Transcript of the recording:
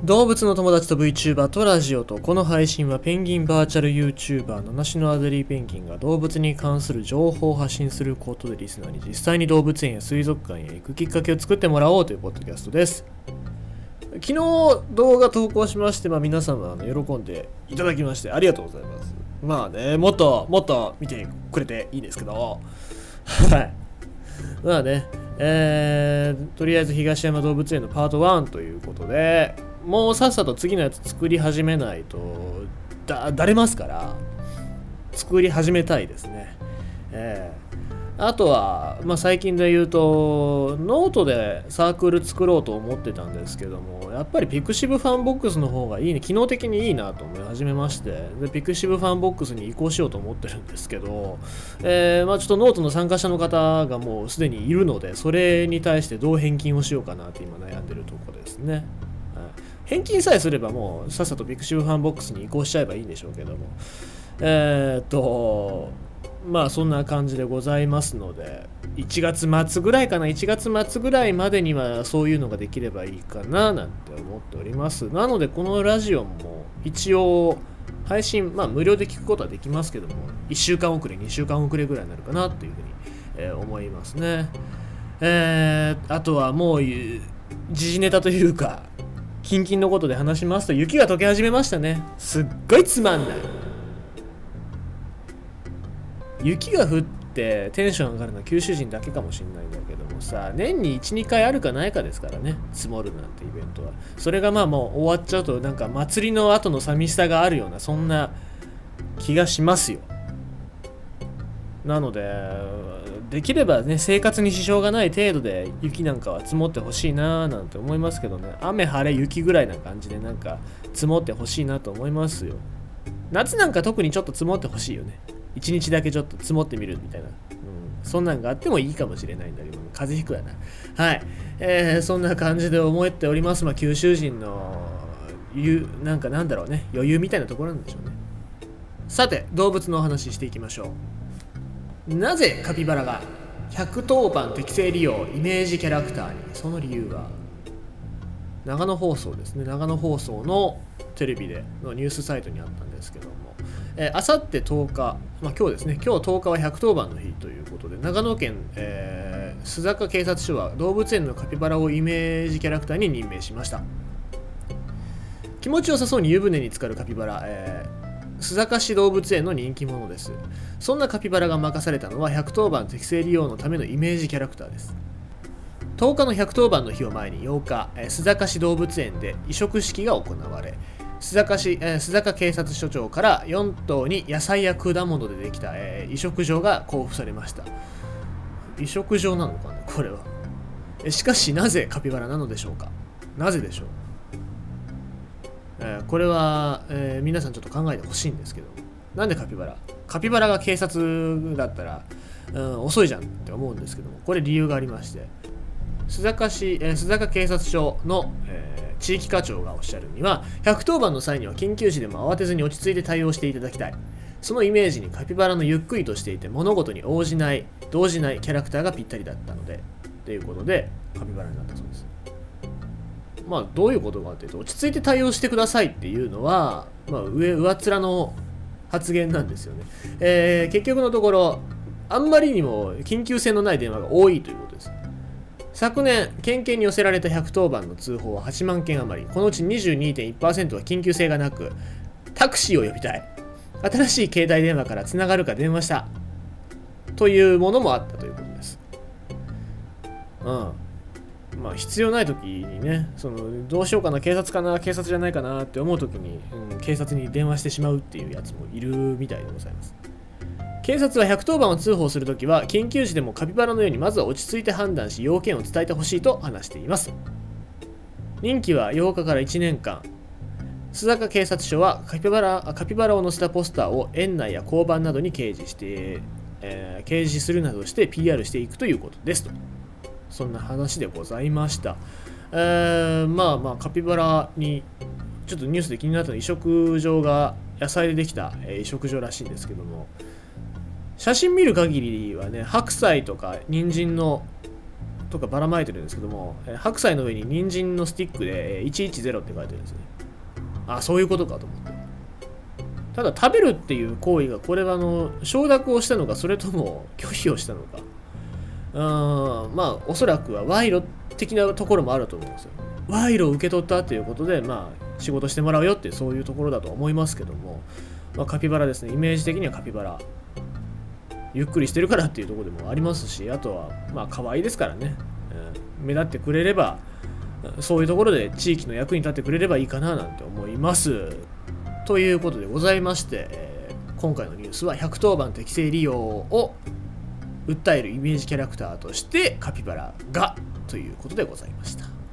動物の友達と VTuber とラジオと、この配信はペンギンバーチャル YouTuber 七種のアデリーペンギンが動物に関する情報を発信することでリスナーに実際に動物園や水族館へ行くきっかけを作ってもらおうというポッドキャストです。昨日動画投稿しまして、皆様喜んでいただきましてありがとうございます。もっと見てくれていいですけどはいとりあえず東山動物園のパート1ということで、もうさっさと次のやつ作り始めないとだれますから、作り始めたいですね。あとは、最近で言うとノートでサークル作ろうと思ってたんですけども、やっぱりピクシブファンボックスの方がいいね、機能的にいいなと思い始めまして、でピクシブファンボックスに移行しようと思ってるんですけど、ちょっとノートの参加者の方がもうすでにいるので、それに対してどう返金をしようかなって今悩んでるところですね。返金さえすればもうさっさとピクシブファンボックスに移行しちゃえばいいんでしょうけども、そんな感じでございますので、1月末ぐらいまでにはそういうのができればいいかななんて思っております。なのでこのラジオも一応配信、無料で聞くことはできますけども、1週間遅れ2週間遅れぐらいになるかなというふうに、思いますね。あとはもう時事ネタというかキンキンのことで話しますと、雪が溶け始めましたね。すっごいつまんない。雪が降ってテンション上がるのは九州人だけかもしれないんだけどもさ、年に 1,2 回あるかないかですからね、積もるなんてイベントは。それがもう終わっちゃうと、なんか祭りの後の寂しさがあるような、そんな気がしますよ。なのでできればね、生活に支障がない程度で雪なんかは積もってほしいななんて思いますけどね。雨晴れ雪ぐらいな感じでなんか積もってほしいなと思いますよ。夏なんか特にちょっと積もってほしいよね。1日だけちょっと積もってみるみたいな、そんなんがあってもいいかもしれないんだけど、風邪ひくやな。はい、そんな感じで思っております。九州人のなんだろうね、余裕みたいなところなんでしょうね。さて、動物のお話ししていきましょう。なぜカピバラが110番適正利用イメージキャラクターに？その理由は長野放送ですね。長野放送のテレビでのニュースサイトにあったんですけども、あさって10日、今日ですね、今日10日は110番の日ということで、長野県、須坂警察署は動物園のカピバラをイメージキャラクターに任命しました。気持ちよさそうに湯船に浸かるカピバラ、須坂市動物園の人気者です。そんなカピバラが任されたのは110番適正利用のためのイメージキャラクターです。10日の110番の日を前に8日、須坂市動物園で移植式が行われ、須坂警察署長から4頭に野菜や果物でできた、移植場が交付されました。移植場なのかね、これは。しかしなぜカピバラなのでしょうか。なぜでしょう。これは、皆さんちょっと考えてほしいんですけど、なんでカピバラが警察だったら、遅いじゃんって思うんですけども、これ理由がありまして、須坂警察署の、地域課長がおっしゃるには、110番の際には緊急時でも慌てずに落ち着いて対応していただきたい。そのイメージにカピバラのゆっくりとしていて物事に動じないキャラクターがぴったりだったのでということでカピバラになったそうです。どういうことかというと、落ち着いて対応してくださいっていうのは、上っ面の発言なんですよね。結局のところあんまりにも緊急性のない電話が多いということです。昨年、県警に寄せられた110番の通報は8万件余り、このうち 22.1% は緊急性がなく、タクシーを呼びたい、新しい携帯電話からつながるか電話したというものもあったということです。必要ない時にね、どうしようかな、警察かな、警察じゃないかなって思う時に、警察に電話してしまうっていうやつもいるみたいでございます。警察は110番を通報するときは緊急時でもカピバラのようにまずは落ち着いて判断し要件を伝えてほしいと話しています。任期は8日から1年間。須坂警察署はカピバラを載せたポスターを園内や交番などに掲示するなどして PR していくということですと。そんな話でございました。カピバラにちょっとニュースで気になったのは移植場が野菜でできた移植場らしいんですけども、写真見る限りはね、白菜とか人参のとかばらまいてるんですけども、白菜の上に人参のスティックで110って書いてるんですね。あ、そういうことかと思って。ただ食べるっていう行為が、これは承諾をしたのか、それとも拒否をしたのか。まあおそらくは賄賂的なところもあると思うんですよ。賄賂を受け取ったということで、まあ仕事してもらうよってそういうところだと思いますけども、まあ、カピバラですね。イメージ的にはカピバラ。ゆっくりしてるからっていうところでもありますし、あとはまあ可愛いですからね、目立ってくれれば、そういうところで地域の役に立ってくれればいいかななんて思います。ということでございまして、今回のニュースは110番適正利用を訴えるイメージキャラクターとしてカピバラがということでございました。